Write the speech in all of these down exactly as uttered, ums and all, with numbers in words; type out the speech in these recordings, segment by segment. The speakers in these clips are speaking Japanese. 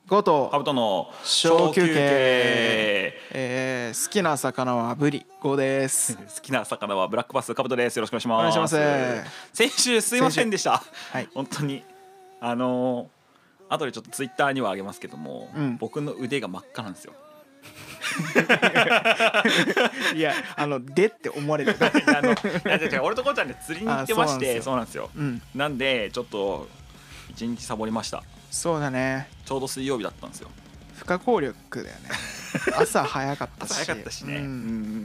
ゴとカブトの小休憩、えー、好きな魚はブリゴです。 好きな魚はブラックバスカブトです。よろしくお願いします。 お願いします。 先週すいませんでした。 はい、本当にあのー、後でちょっとツイッターにはあげますけども、うん、僕の腕が真っ赤なんですよ。 いやあのでって思われてる。 あのいや俺とこうちゃんで釣りに行ってまして、そうなんですよ。 うん、 なんでちょっと一日サボりました。 そうだね。 ちょうど水曜日だったんですよ。 不可抗力だよね。朝早かったし。 朝早かったしね。うん、うん、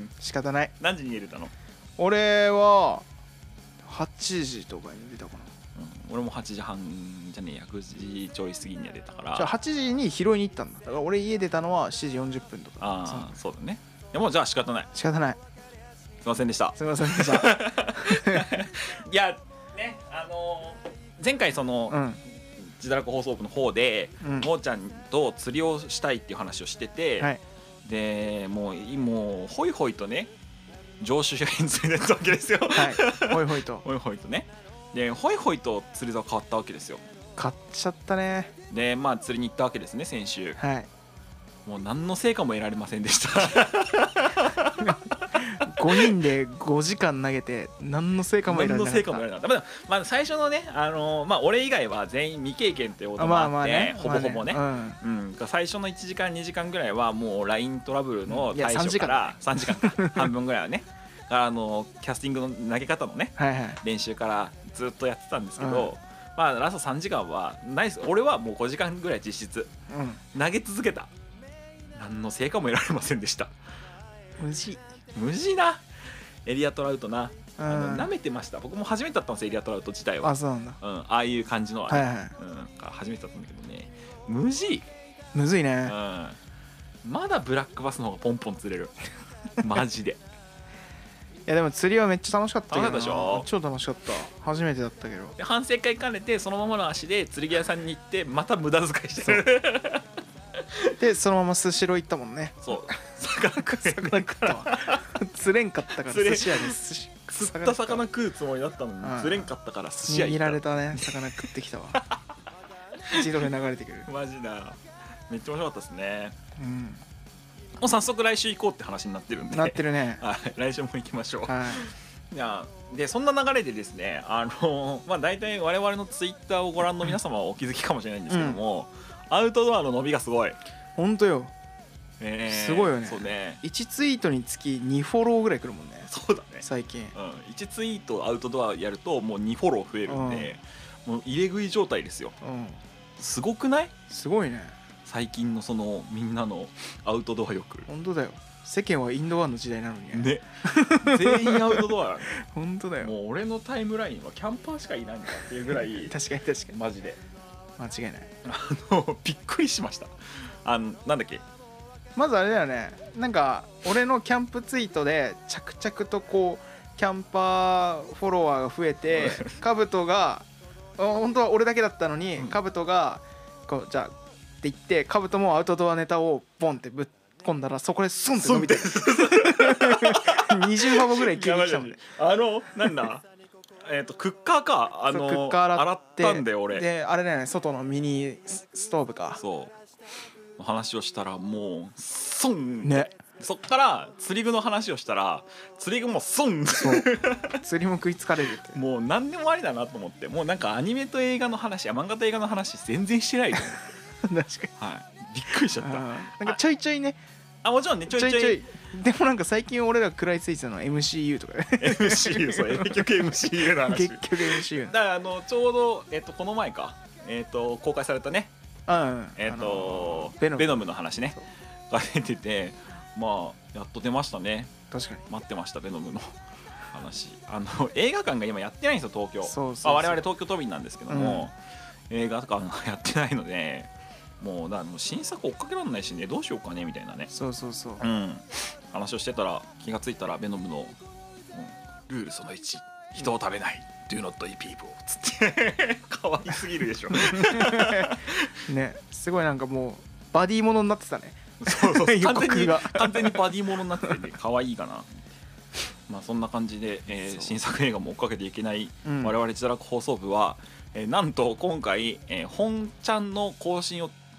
仕方ない。 何時に入れたの？ 俺ははちじとかに出たかな。 うん、俺もはちじはんじゃねえやくじちょい過ぎには出たから。 じゃあはちじに拾いに行ったんだ。だから俺家出たのはしちじよんじゅっぷんとか。 ああ、そうだね。でもじゃあ仕方ない。 仕方ない。 すいませんでした。 すいませんでした。いやね、あのー、前回その、うん、自堕落放送部の方で、うん、もーちゃんと釣りをしたいっていう話をしてて、はい、でもうもうホイホイとね常習編釣りだったわけですよ。 はい、ホイホイとホイホイとね。でホイホイと釣り竿変わったわけですよ。 買っちゃったね。 でまあ釣りに行ったわけですね先週。 はい。もう何の成果も得られませんでした。 ごにんでごじかん投げて何の成果も得られなかった。何の成果も得られなかった。まあ最初のね、あのー、まあ俺以外は全員未経験ってこともあって、まあまあね、ほぼほぼね、まあね、うん、うん、最初のいちじかんにじかんぐらいはもう ライン トラブルの対処からさんじかんか半分ぐらいはね、あのキャスティングの投げ方のね、はいはい、練習からずっとやってたんですけど、うん、まあラストさんじかんはナイス。俺はもうごじかんぐらい実質、うん、投げ続けた。何の成果も得られませんでした。 無事無事な。エリアトラウトな、あの舐めてました。僕も初めてだったんですよエリアトラウト自体は。 あ、そうなんだ。 うん、ああいう感じのはね、はいはい、うん、初めてだったんだけどね、無事むずいね、 うん、まだブラックバスの方がポンポン釣れる。マジで。いやでも釣りはめっちゃ楽しかったけどな。 楽しかったでしょ。 超楽しかった。初めてだったけど。 で反省会兼ねてそのままの足で釣り具屋さんに行ってまた無駄遣いしてる。 でそのままスシロー行ったもんね。 そう魚食え魚食ったわ。釣れんかったから寿司屋で寿司釣った魚食うつもりだったのに釣れんかったから寿司屋行った。 握られたね魚食ってきたわ。自動で流れてくる。 マジだ。めっちゃ面白かったですね。うん、もう早速来週行こうって話になってるんで。 なってるね。 はい、来週も行きましょう。 はい。 いやでそんな流れでですね、あのまあ大体我々のツイッターをご覧の皆様はお気づきかもしれないんですけども、うん、アウトドアの伸びがすごい。 本当よ。 えー、 すごいよね。 そうね。 いちツイートにつきにフォローぐらい来るもんね。 そうだね。 最近、 うん、いちツイートアウトドアやるともうにフォロー増えるんで、うん、もう入れ食い状態ですよ。うん、すごくない？ すごいね。 最近のそのみんなのアウトドア欲。 本当だよ。世間はインドアの時代なのにね。 ね。全員アウトドア。 本当だよ。 もう俺のタイムラインはキャンパーしかいないんだっていうぐらい。 確かに確かに。 マジで。 間違いない。 あのびっくりしました。あのなんだっけ。 まずあれだよね。なんか俺のキャンプツイートで着々とこうキャンパーフォロワーが増えて、カブトが本当は俺だけだったのに、うん、カブトがこうじゃあって言ってカブトもアウトドアネタをボンってぶっ込んだらそこでスンって伸びてにじゅう箱ぐらい急に来たもんね。 あのなんだえーとクッカーかあのクッカー洗って洗ったんだよ俺。 であれだよね、外のミニストーブか。 そう話をしたらもうソンね。 そっから釣り具の話をしたら釣り具もソン。 そう釣りも食いつかれるって。 もう何でもありだなと思って、もうなんかアニメと映画の話や漫画と映画の話全然してないと思って確かに、はい、びっくりしちゃった。 なんかちょいちょいね。 あもちろんねちょいちょいちょいちょい。 でもなんか最近俺ら食らいついてたのは エムシーユー とかね。 エムシーユー そう結局 エムシーユー の話。 結局 エムシーユーだからあのちょうどえっとこの前かえっと公開されたね。うん、えっとベノム、ベノムの話ねが出てて、まあやっと出ましたね。 確かに待ってましたベノムの話。あの映画館が今やってないんですよ東京。 そうそうそう、まあ、 我々東京都民なんですけども、うん、映画館がやってないのでもうだからもう新作追っかけられないしね、どうしようかねみたいなね。 そうそうそう、 うん、話をしてたら気がついたらベノムの、うん、ルールそのいち人を食べない、Do not eat people つって可愛すぎるでしょ。 ね、すごいなんかもうバディものになってたね。 そうそう完全に完全にバディものになってて可愛いかな。まあそんな感じで、えー、新作映画も追っかけていけない我々自堕落放送部は、えー、なんと今回、えー、本ちゃんの更新を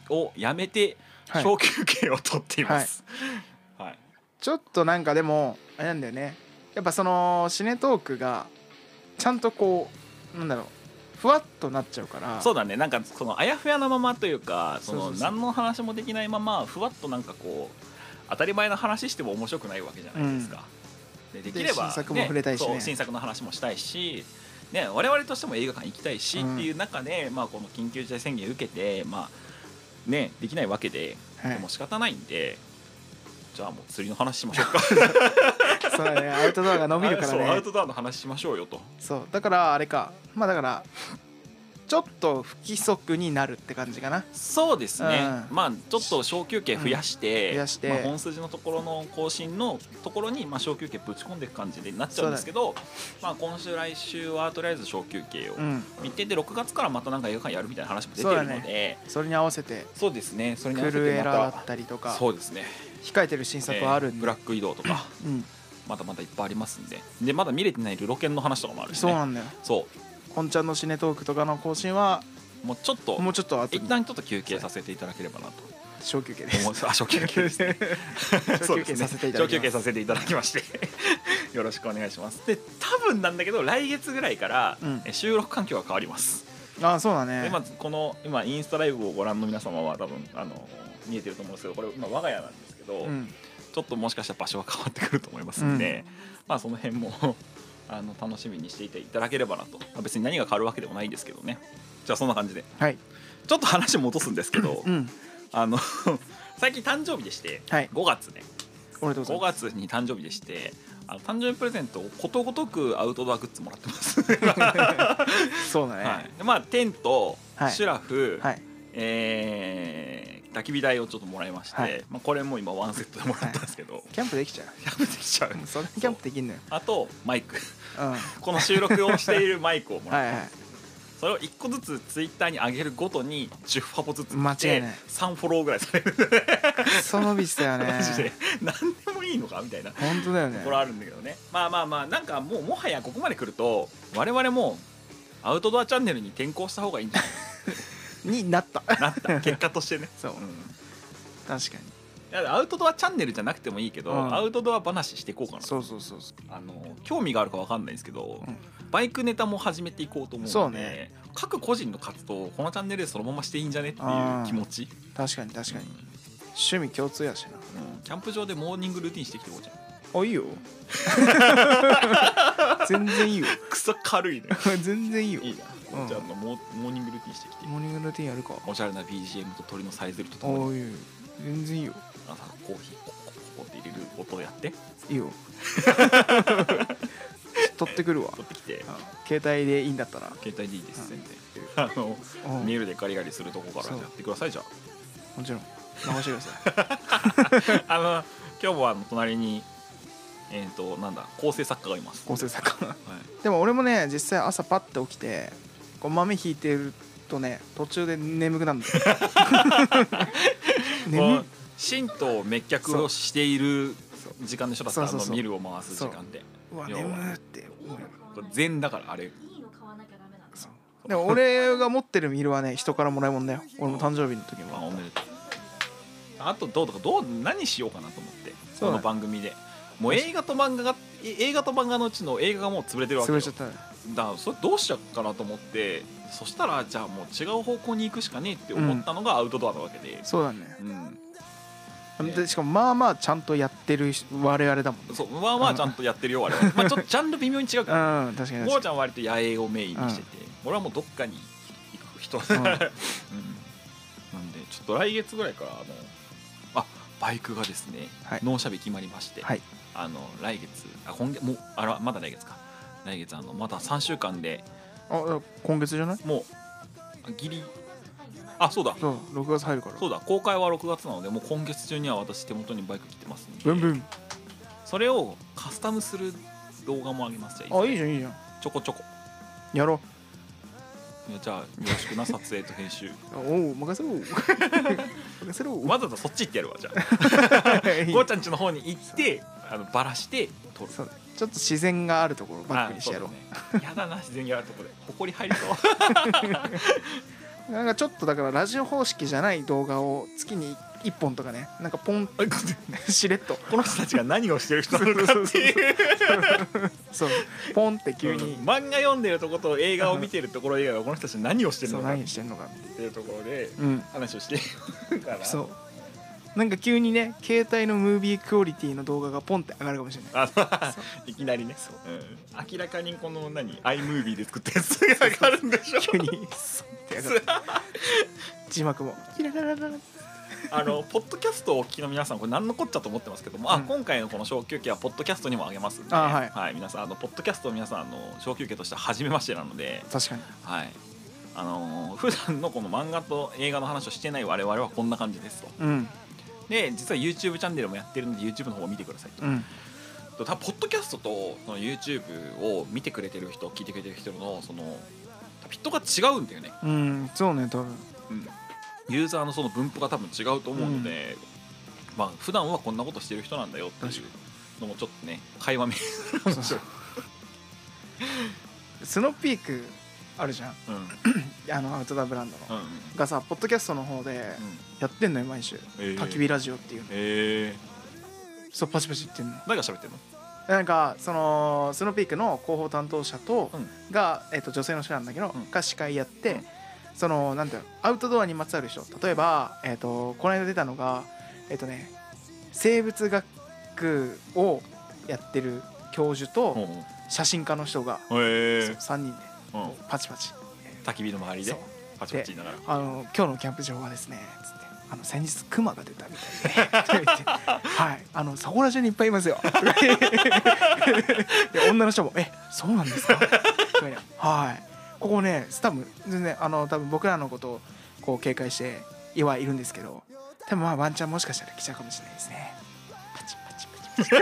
をやめて小休憩を取っています、 はいはい、ちょっとなんかでもあれなんだよね、やっぱそのシネトークがちゃんとこうなんだろうふわっとなっちゃうから。 そうだね、なんかそのあやふやなままというか、その何の話もできないままふわっとなんかこう当たり前の話しても面白くないわけじゃないですか、うん、で, できれば、ね、 新作も触れたいし、ね、 そう新作の話もしたいし、ね、我々としても映画館行きたいし、うん、っていう中で、まあ、この緊急事態宣言を受けて、まあね、できないわけで、はい、でも仕方ないんで、じゃあもう釣りの話しましょうかそうだね、アウトドアが伸びるからね。 そうアウトドアの話しましょうよと。 そうだからあれか、まあだからちょっと不規則になるって感じかな。 そうですね、うん、まあちょっと小休憩増やして、うん、増やして、 まあ、本筋のところの更新のところにまあ小休憩ぶち込んでいく感じになっちゃうんですけど、まあ、今週来週はとりあえず小休憩を見て、うん、でろくがつからまたなんか映画館やるみたいな話も出てるので そ,、ね、 それに合わせてそうですね、それに合わせてクルエラだったりとか、 そうですね、 控えてる新作はあるんで、 えー、ブラック移動とか、うん、まだまだいっぱいありますんで、でまだ見れてないルロケンの話とかもあるし、ね、 そうなんだよ。 そう本ちゃんのシネトークとかの更新はもうちょっともうちょっと一旦ちょっと休憩させていただければなと。 小休憩です。 あ、小休憩ですね。 小休憩させていただきます。 小休憩させていただきましてよろしくお願いします。で多分なんだけど来月ぐらいから、うん、収録環境が変わります。 あ、そうだね。 でまずこの今インスタライブをご覧の皆様は多分あの見えてると思うんですけど、これ今我が家なんですけど、うん、ちょっともしかしたら場所が変わってくると思いますんで、うん、まあその辺もあの楽しみにしていていただければなと。まあ、別に何が変わるわけでもないんですけどね。じゃあそんな感じで、はい、ちょっと話戻すんですけど、うん、あの最近誕生日でして、はい、ごがつね、ごがつに誕生日でして、あの誕生日プレゼントをことごとくアウトドアグッズもらってますそうだね、 はい、でまあテント、はい、シュラフ、はい、えー、焚き火台をちょっともらいまして、はい、まあ、これも今ワンセットでもらったんですけど、はい、 キャンプできちゃうキャンプできちゃうそれキャンプできんのよ。 あとマイク、うん、この収録をしているマイクをもらってます。はいはい、それをいっこずつツイッターに上げるごとにじゅっファボずつ来てさんフォローぐらいされるそのビスだよね。 マジで何でもいいのかみたいな本当だよね。 ところあるんだけどね。まあまあまあなんかもうもはやここまで来ると我々もアウトドアチャンネルに転向した方がいいんじゃないになったなった結果としてね。 そう、うん、確かに。 いやアウトドアチャンネルじゃなくてもいいけど、うん、アウトドア話していこうかな。 そうそうそうそう。 あの興味があるか分かんないんですけど、うん、バイクネタも始めていこうと思うので、ね、各個人の活動をこのチャンネルでそのまましていいんじゃねっていう気持ち。 確かに確かに、うん、趣味共通やしな、 うん、キャンプ場でモーニングルーティンしてきてこうじゃん。 あ、いいよ全然いいよクソ軽いね全然いいよ。 いいな、うん、じゃあモーニングルーティンしてきて。 モーニングルーティンやるか。 おしゃれな ビージーエム と鳥のサイゼルとともに。 あ、いいよ、全然いいよ。 あのコーヒーココココって入れる音をやっていいよ取ってくるわ。 取ってきて、 携帯でいいんだったら携帯でいいです、全然。あのメールでガリガリするとこからやってください。じゃあもちろん任せてくださいあの今日もあの隣にえっ、ー、となんだ構成作家がいます。 構成作家、はい、でも俺もね実際朝パッて起きてこう豆引いてるとね途中で眠くなるんだよ眠神道滅却をしている時間でしょ。だったらミルを回す時間で、 うわ眠って禅だからあれ。 でも俺が持ってるミルはね人からもらいもんだよ。俺も誕生日の時も。 あ、おめでとう。あとどうとかどう何しようかなと思って、この番組でもう映画と漫画が映画と漫画のうちの映画がもう潰れてるわけよ。 潰れちゃったね。 だからそれどうしようかなと思って、そしたらじゃあもう違う方向に行くしかねえって思ったのがアウトドアなわけで、 うん、そうだね、うん、でしかもまあまあちゃんとやってる我々だもんね。 そうまあまあちゃんとやってるよ我々まあちょっとジャンル微妙に違うから、 うん、確かに確かに。 ゴーちゃんは割と野営をメインにしてて、うん、俺はもうどっかに行く人、うんうん、なんでちょっと来月ぐらいからあのあバイクがですね、はい、納車日決まりまして、はい、あの来月あ今月もうあらまだ来月か来月あのまださんしゅうかんで。 あ今月じゃない？ もうギリあそうだそうろくがつ入るから。 そうだ公開はろくがつなのでもう今月中には私手元にバイク来てますんで、 ブンブンそれをカスタムする動画も上げます。じゃあいいじゃんいいじゃんちょこちょこやろう。いやじゃあよろしくな撮影と編集おお任せろ任せろ。 わざわざそっち行ってやるわ。じゃあゴーちゃん家の方に行ってあのバラして撮る。 そうちょっと自然があるところバックにしてやろう。 う、ね、やだな自然があるところでほこり入りそうなんかちょっとだからラジオ方式じゃない動画を月にいっぽんとかね、なんかポンしれっとこの人たちが何をしてる人なのかっていうそうポンって急に、 うん、漫画読んでるところと映画を見てるところ以外はこの人たち何をしてるのか何してんのかっていうところで話をしてるから、うん、 そうなんか急にね携帯のムービークオリティの動画がポンって上がるかもしれない。 あいきなりね、うん、明らかにこの何 iMovie で作ったやつが上がるんでしょ。 急にスンって上がる字幕もキラララララあのポッドキャストをお聞きの皆さんこれ何のこっちゃと思ってますけども、うん、あ今回のこの小休憩はポッドキャストにも上げますんで、 はい、 はい、皆さんあのポッドキャスト皆さんあの小休憩としては初めましてなので、 確かに、 はい、あのー、普段のこの漫画と映画の話をしてない我々はこんな感じですと、 うん、 で実は YouTube チャンネルもやってるので YouTube の方を見てくださいと、うん、と多分ポッドキャストとその YouTube を見てくれてる人聞いてくれてる人のそのフィットが違うんだよね。 うんそうね多分、 うんユーザーのその分布が多分違うと思うので、うん、まあ普段はこんなことしてる人なんだよっていうのもちょっとね会話見面白いスノーピークあるじゃん、うん、あのアウトドアブランドの、うんうん、がさポッドキャストの方でやってんのよ毎週、えー、焚き火ラジオっていうの、 えー、そうパチパチ言ってんの。 誰が喋ってんの？ なんかそのスノーピークの広報担当者と、うん、が、えー、と女性の人なんだけど、うん、が司会やって、うんそのなんていうのアウトドアにまつわる人、例えば、えー、とこの間出たのが、えーとね、生物学をやってる教授と写真家の人が、うん、さんにんでパチパチ焚き火の周りでパチパチ言いながらあの今日のキャンプ場はですねつってあの先日クマが出たみたいではいあのそこら中にいっぱいいますよで女の人もえそうなんですかはいここね多分全然あの多分僕らのことをこう警戒してはいるんですけど、多分まあワンチャンもしかしたら来ちゃうかもしれないですね。パチパチパチ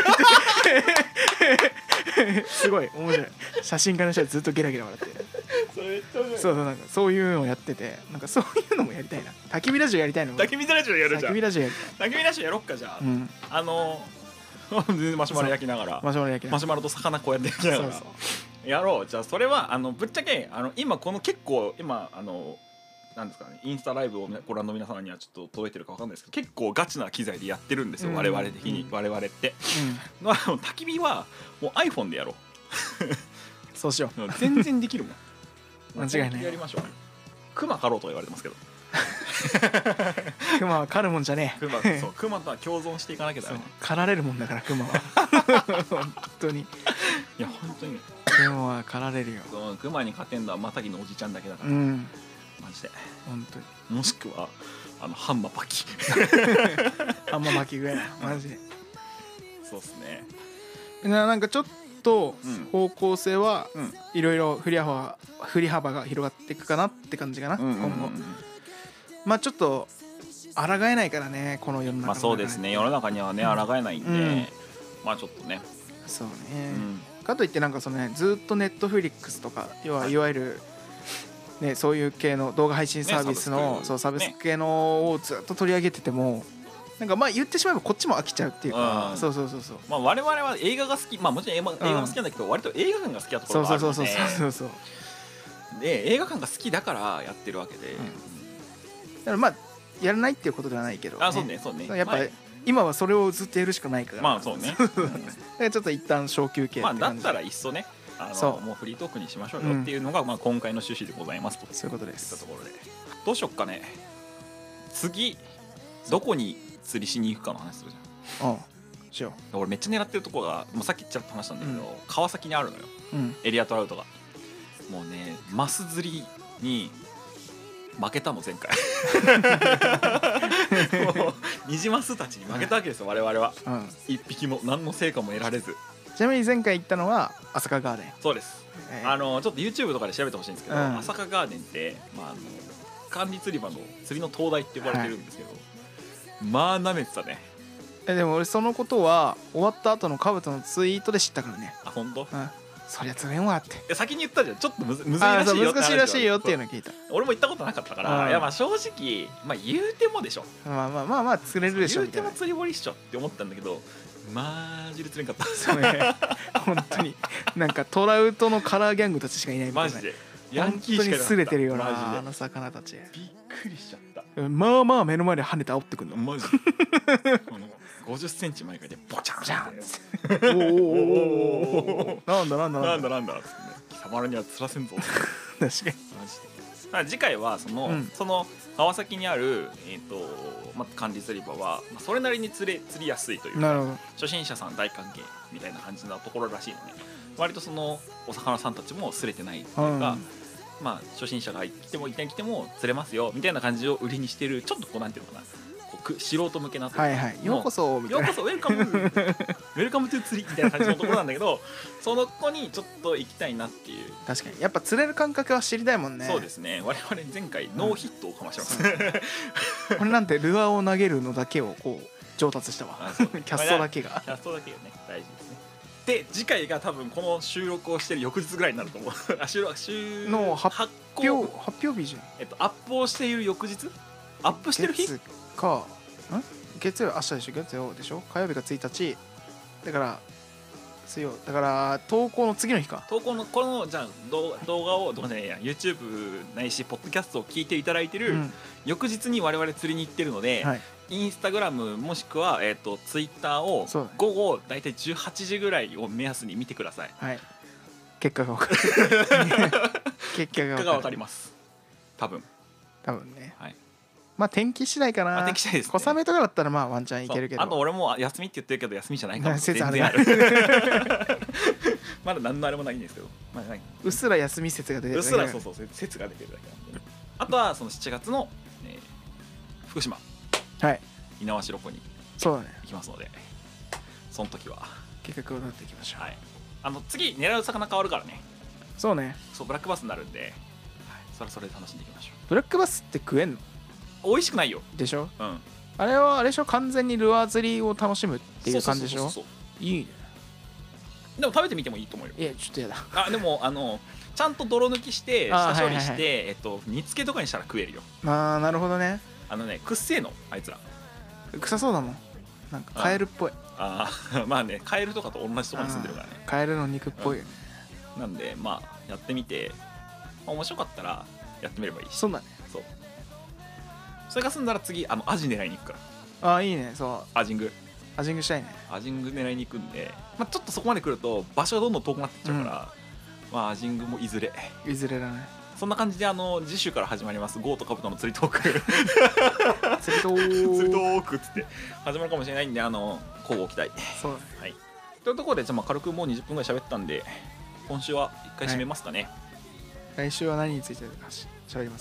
パチすごい面白い。写真家の人はずっとゲラゲラ笑ってる。それめっちゃ面白い。そうそうなんかそういうのをやってて、なんかそういうのもやりたいな。焚き火ラジオやりたいの。 焚き火ラジオやるじゃん。 焚き火ラジオやりたい。焚き火ラジオやろっかじゃあ。うん、あの全然マシュマロ焼きながらマシュマロ焼きながらマシュマロと魚こうやって焼きながら。そうそうやろう。じゃあそれはあのぶっちゃけあの今この結構今あのなんですかねインスタライブをご覧の皆様にはちょっと届いてるかわかんないですけど結構ガチな機材でやってるんですよ、うん、我々的に、うん、我々って、うん、焚き火はもう iPhone でやろうそうしよう全然できるもん間違いないやりましょう。クマ狩ろうと言われてますけどクマは狩るもんじゃねえ。 クマそうクマとは共存していかなきゃダメ。 狩られるもんだからクマは本当にいや本当にクマは狩られるよ。 そうクマに勝てんのはまたぎのおじちゃんだけだから、 うん、 マジで本当にもしくはあのハンマーパキハンマーパキぐらいマジでそうっすね。 な, なんかちょっと方向性はいろいろ振り幅振り幅が広がっていくかなって感じかな、うんうんうん、今後まあちょっと抗えないからねこの世の中の中で。 まあそうですね世の中にはね抗えないんで、うん、まあちょっとねそうね、うん、かといってなんかそのねずっとネットフリックスとか要はいわゆるねそういう系の動画配信サービスの、ね、そうサブスク系のをずっと取り上げててもなんかまあ言ってしまえばこっちも飽きちゃうっていうか、うん、そうそうそうそうまあ我々は映画が好きまあもちろん映画も好きなんだけど、うん、割と映画館が好きなところがあるのでそうそうそうそうそうで映画館が好きだからやってるわけで、うん、だからまあやらないっていうことではないけど、ね、 あそうねそうねやっぱ、まあ、今はそれをずっとやるしかないからまあそうねだからちょっと一旦小休憩って感じ、 まあ、だったらいっそねあのもうフリートークにしましょうよっていうのが、うんまあ、今回の趣旨でございますとそういうことです。 ところでどうしよっかね次どこに釣りしに行くかの話するじゃん。ああしよう。俺めっちゃ狙ってるところがもうさっきちらっと話したんだけど、うん、川崎にあるのよ、うん、エリアトラウトがもうねマス釣りに負けたの前回もうニジマスたちに負けたわけですよ、うん、我々は、うん、一匹も何の成果も得られず。 ちなみに前回行ったのは朝霞ガーデン。 そうです、えー、あのちょっと YouTube とかで調べてほしいんですけど、うん、朝霞ガーデンって、まあ、あの管理釣り場の釣りの灯台って呼ばれてるんですけど、はい、まあ舐めてたね。 えでも俺そのことは終わった後のカブトのツイートで知ったからね。 あ本当？ うんそりゃ釣れんわって先に言ったじゃん。ちょっとむず難しいよって難しいらしいよっていうの聞いた。 俺も行ったことなかったから、いやまあ正直まあ言うてもでしょ。 まあまあまあまあ釣れるでしょみたいな。 言うても釣り堀っしょって思ったんだけどマジで釣れんかった。 そうね本当になんかトラウトのカラーギャングたちしかいないみたいな。 マジでヤンキーしかいなかった。 すれてるよなあの魚たち。 びっくりしちゃった。 まあまあ目の前で跳ねて煽ってくんのマジごじゅっセンチ前からでボチャンじゃんおおなんだなんだなんだなんだ貴様らには釣らせんぞ確かにマジで。 次回はその、うん、その川崎にある、えーとま、管理釣り場は、まあ、それなりに釣れ釣りやすいというか初心者さん大歓迎みたいな感じなところらしいのね。割とそのお魚さんたちも釣れてないっていうか、うん、まあ初心者が来てもいきなり来ても釣れますよみたいな感じを売りにしてるちょっとこうなんていうのかな素人向けなというか、 はいはい、ようこそみたいなようこそウェルカムウェルカムトゥ釣りみたいな感じのところなんだけどその子にちょっと行きたいなっていう。 確かにやっぱ釣れる感覚は知りたいもんね。 そうですね。我々前回ノーヒットをかましてます、 うん、これなんてルアーを投げるのだけをこう上達したわキャストだけがキャストだけがね大事ですね。で次回が多分この収録をしてる翌日ぐらいになると思うあ収録週の発表発表日じゃん。 えっとアップをしている翌日アップしてる日月かん月曜明日でしょ。月曜でしょ。火曜日がついたちだから水曜だから投稿の次の日か。 投稿のこのじゃあ動画を動画じゃないや YouTube ないしポッドキャストを聞いていただいてる、うん、翌日に我々釣りに行ってるので、はい、インスタグラムもしくは、えー、とツイッターを午後だいたいじゅうはちじぐらいを目安に見てください。 はい、結果が分かる結果が分かります多分多分ね。 はい、 まあ天気次第かな。 まあ、天気次第ですね。 小雨とかだったらまあワンチャンいけるけど。 あと俺も休みって言ってるけど休みじゃないかも全然あるまだ何のあれもないんですけど、まあ、 うっすら休み説が出てるうっすらそうそう説が出てるだけなんであとはそのしちがつの、えー、福島はい猪苗代湖にそうだね行きますのでその時は計画を立っていきましょう。 はい、あの次狙う魚変わるからね。 そうね。 そうブラックバスになるんで、はい、それそれで楽しんでいきましょう。 ブラックバスって食えんの？ 美味しくないよ。 でしょ。 うん。 あれはあれでしょ。完全にルアー釣りを楽しむっていう感じでしょ。いいね。 でも食べてみてもいいと思うよ。 いやちょっとやだ。 あでもあのちゃんと泥抜きして下処理して、はいはいはい、えっと煮付けとかにしたら食えるよ。 ああなるほどね。 あのねくっせえのあいつら。 臭そうだもん。なんかカエルっぽい。 ああまあねカエルとかと同じところに住んでるからね。 カエルの肉っぽいよね。 うん、なんでまあやってみて、まあ、面白かったらやってみればいいし。 そうだね。 そう。それが済んだら次あのアジ狙いに行くから。ああいいね。そうアジングアジングしたいね。 アジング狙いに行くんで、まあ、ちょっとそこまで来ると場所がどんどん遠くなっていっちゃうから、うん、まあアジングもいずれいずれだね。 そんな感じであの次週から始まりますゴーとカブトの釣りトーク釣りトーク釣りトークっつって始まるかもしれないんであの交互期待。 そう、 はい、というところでじゃあまあ軽くもうにじゅっぷんぐらい喋ったんで今週は一回締めますかね。 はい、来週は何について喋ります？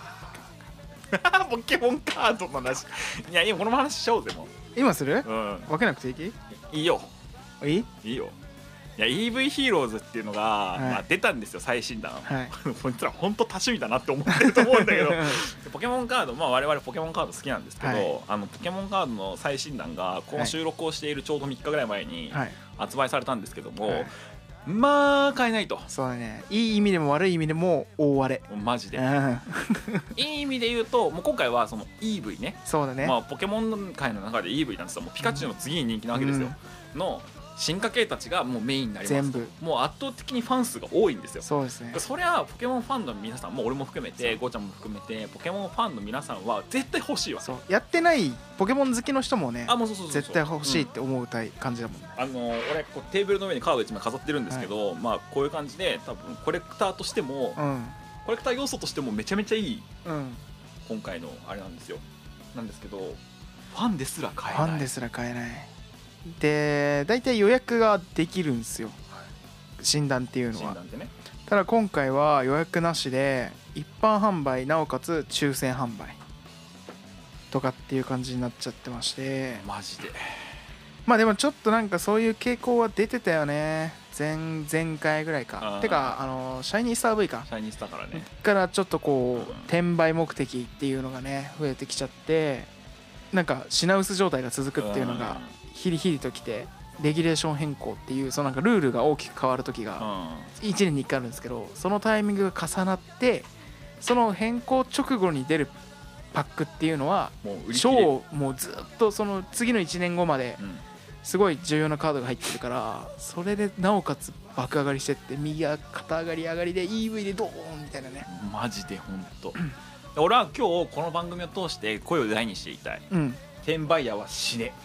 ポケモンカードの話。いや今この話しちゃおうぜもう。 今する？ うん。 分けなくていい？ いいよ。 いい？ いいよ。いや イーブイ ヒーローズっていうのが、はいまあ、出たんですよ最新弾。はい、こいつら本当多趣味だなって思ってると思うんだけどポケモンカード、まあ、我々ポケモンカード好きなんですけど、はい、あのポケモンカードの最新弾がこの収録をしているちょうどみっかぐらい前に発売されたんですけども、はい、まあ買えないと。 そうだね。いい意味でも悪い意味でも大荒れマジでいい意味で言うともう今回はその イーブイ ね。 そうだね、 まあ、ポケモン界の中で イーブイ なんてさもうピカチュウの次に人気なわけですよ、うん、の進化系たちがもうメインになります。 全部もう圧倒的にファン数が多いんですよ。 そうですね。 そりゃポケモンファンの皆さんもう俺も含めてゴーちゃんも含めてポケモンファンの皆さんは絶対欲しいわ。 そうやってないポケモン好きの人もねあもうそうそうそうそう絶対欲しいって思うたい感じだもんね、 うん、あの俺こうテーブルの上にカードいちまい飾ってるんですけど、はい、まあこういう感じで多分コレクターとしても、うん、コレクター要素としてもめちゃめちゃいい、うん、今回のあれなんですよ。なんですけどファンですら買えない。 ファンですら買えないで大体予約ができるんですよ、診断っていうのは。 診断ってね。 ただ今回は予約なしで一般販売なおかつ抽選販売とかっていう感じになっちゃってまして。 マジでまあでもちょっとなんかそういう傾向は出てたよね。前前回ぐらいか。てかあのシャイニースター V か。 シャイニースターからね。 からちょっとこう、うん、転売目的っていうのがね増えてきちゃって、なんか品薄状態が続くっていうのがヒリヒリときて、レギュレーション変更っていうそのなんかルールが大きく変わる時がいちねんにいっかいあるんですけど、そのタイミングが重なってその変更直後に出るパックっていうのは超もうずっとその次のいちねんごまですごい重要なカードが入ってるから、それでなおかつ爆上がりしてって右が肩上がり上がりで イーブイ でドーンみたいなね。 マジでほんと俺は今日この番組を通して声を大にして言いたい、うん、転売ヤーは死ね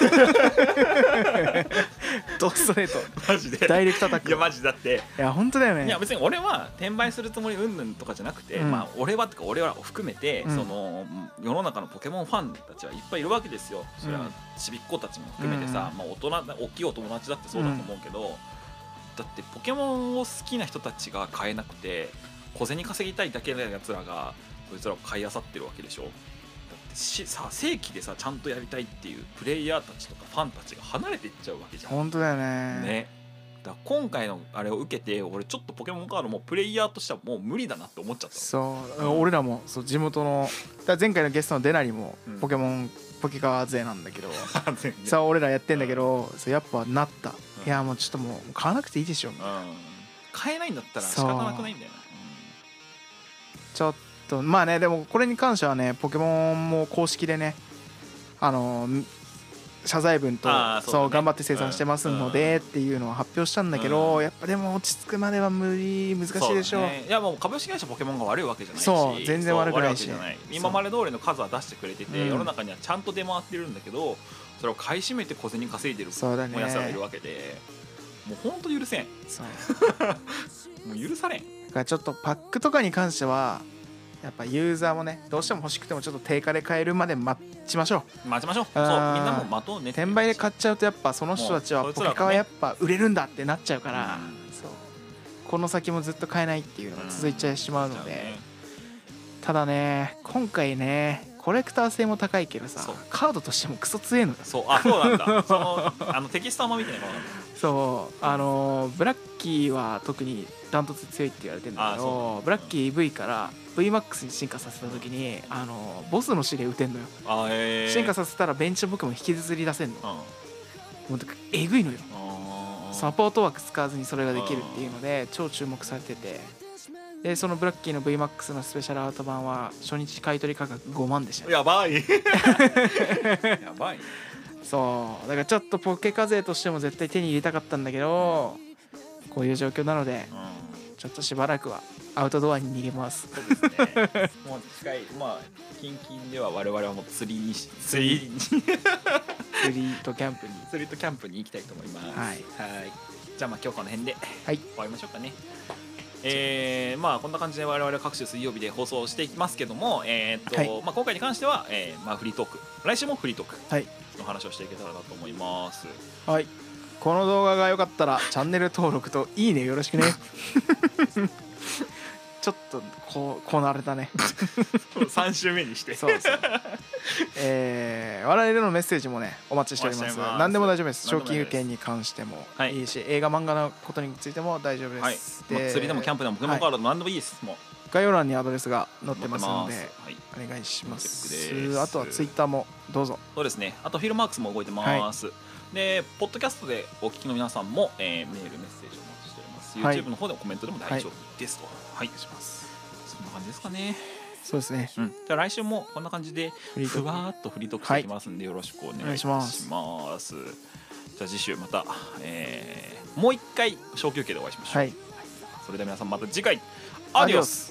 ドストレートマジでダイレクトアタック。 いやマジだっていや本当だよね。 いや別に俺は転売するつもりうんぬんとかじゃなくて、うん、まあ俺はとか俺らを含めて、うん、その世の中のポケモンファンたちはいっぱいいるわけですよ。それはちびっ子たちも含めてさ、うん、まあ大人大きいお友達だってそうだと思うけど、うん、だってポケモンを好きな人たちが買えなくて小銭稼ぎたいだけのやつらがそいつらを買い漁ってるわけでしょ。しさ正規でさちゃんとやりたいっていうプレイヤーたちとかファンたちが離れていっちゃうわけじゃん。 本当だよね。 ね。だから今回のあれを受けて俺ちょっとポケモンカードもプレイヤーとしてはもう無理だなって思っちゃった。 そう、うん、俺らもそう地元のだ前回のゲストのデナリもポケモン、うん、ポケカー勢なんだけどさあ俺らやってんだけど、うん、そうやっぱなった、うん、いやもうちょっともう買わなくていいでしょ、うん、 買えないんだったら仕方なくないんだよな、うん、 ちょっとまあね。でもこれに関してはねポケモンも公式でねあの謝罪文と そう、そう頑張って生産してますのでっていうのを発表したんだけど、うん、やっぱでも落ち着くまでは無理難しいでしょう、ね、 いやもう株式会社ポケモンが悪いわけじゃないし、 そう全然悪くないし今まで通りの数は出してくれてて、うん、世の中にはちゃんと出回ってるんだけどそれを買い占めて小銭稼いでるおやつらがいるわけで、もうほんと許せんそうもう許されん。だからちょっとパックとかに関してはやっぱユーザーもねどうしても欲しくてもちょっと定価で買えるまで待ちましょう待ちましょう。そうみんなも待とうね。 転売で買っちゃうとやっぱその人たちはポケカはやっぱ売れるんだってなっちゃうから、うん、そうこの先もずっと買えないっていうのが続いちゃいしまうので、うんね、ただね今回ねコレクター性も高いけどさカードとしてもクソ強えのよ。 そうあそうなんだそのあのテキストあんま見てないからそうあのブラッキーは特にダントツ強いって言われてるんだけどブラッキー イーブイ から ブイマックス に進化させた時にあのボスの指令打てんのよ。 あ、えー、 進化させたらベンチのポケモン引きずり出せんの、うん、もうえぐいのよ。サポート枠使わずにそれができるっていうので超注目されてて、でそのブラッキーの ブイマックス のスペシャルアウト版は初日買取価格ごまんでした、ね、 やばいやばいそうだからちょっとポケカ勢としても絶対手に入れたかったんだけどこういう状況なので、うん、ちょっとしばらくはアウトドアに逃げます。 そうですねもう近いまあ近々では我々はもう釣りにし釣りに釣りとキャンプに釣りとキャンプに行きたいと思います。はい、はいじゃあまあ今日この辺で終わりましょうかね。えー、まあこんな感じで我々は各種水曜日で放送していきますけども、えーっとはいまあ、今回に関しては、えーまあ、フリートーク来週もフリートークの話をしていけたらなと思います。 はい、この動画が良かったらチャンネル登録といいねよろしくねちょっとこうこうなれたねさん週目にしてそうそう、えー、我々へのメッセージもねお待ちしております。何でも大丈夫です。長期有権に関してもいいし、はい、映画漫画のことについても大丈夫です、 はい、で釣りでもキャンプでもポケモンカード何でもいいです、はい、もう概要欄にアドレスが載ってますので、はい、お願いします。あとはツイッターもどうぞ。 そうですね。あとフィルマークスも動いてます、はい、でポッドキャストでお聞きの皆さんも、えー、メールメッセージをお待ちしております、はい、YouTube の方でもコメントでも大丈夫ですと、はい、はい、します。そんな感じですかね。 そうですね、 うん、じゃあ来週もこんな感じでふわーっとフリートークしていきますんで、よろしくお願いします。はい、じゃあ次週また、えー、もう一回小休憩でお会いしましょう。はい、それでは皆さんまた次回アディオス。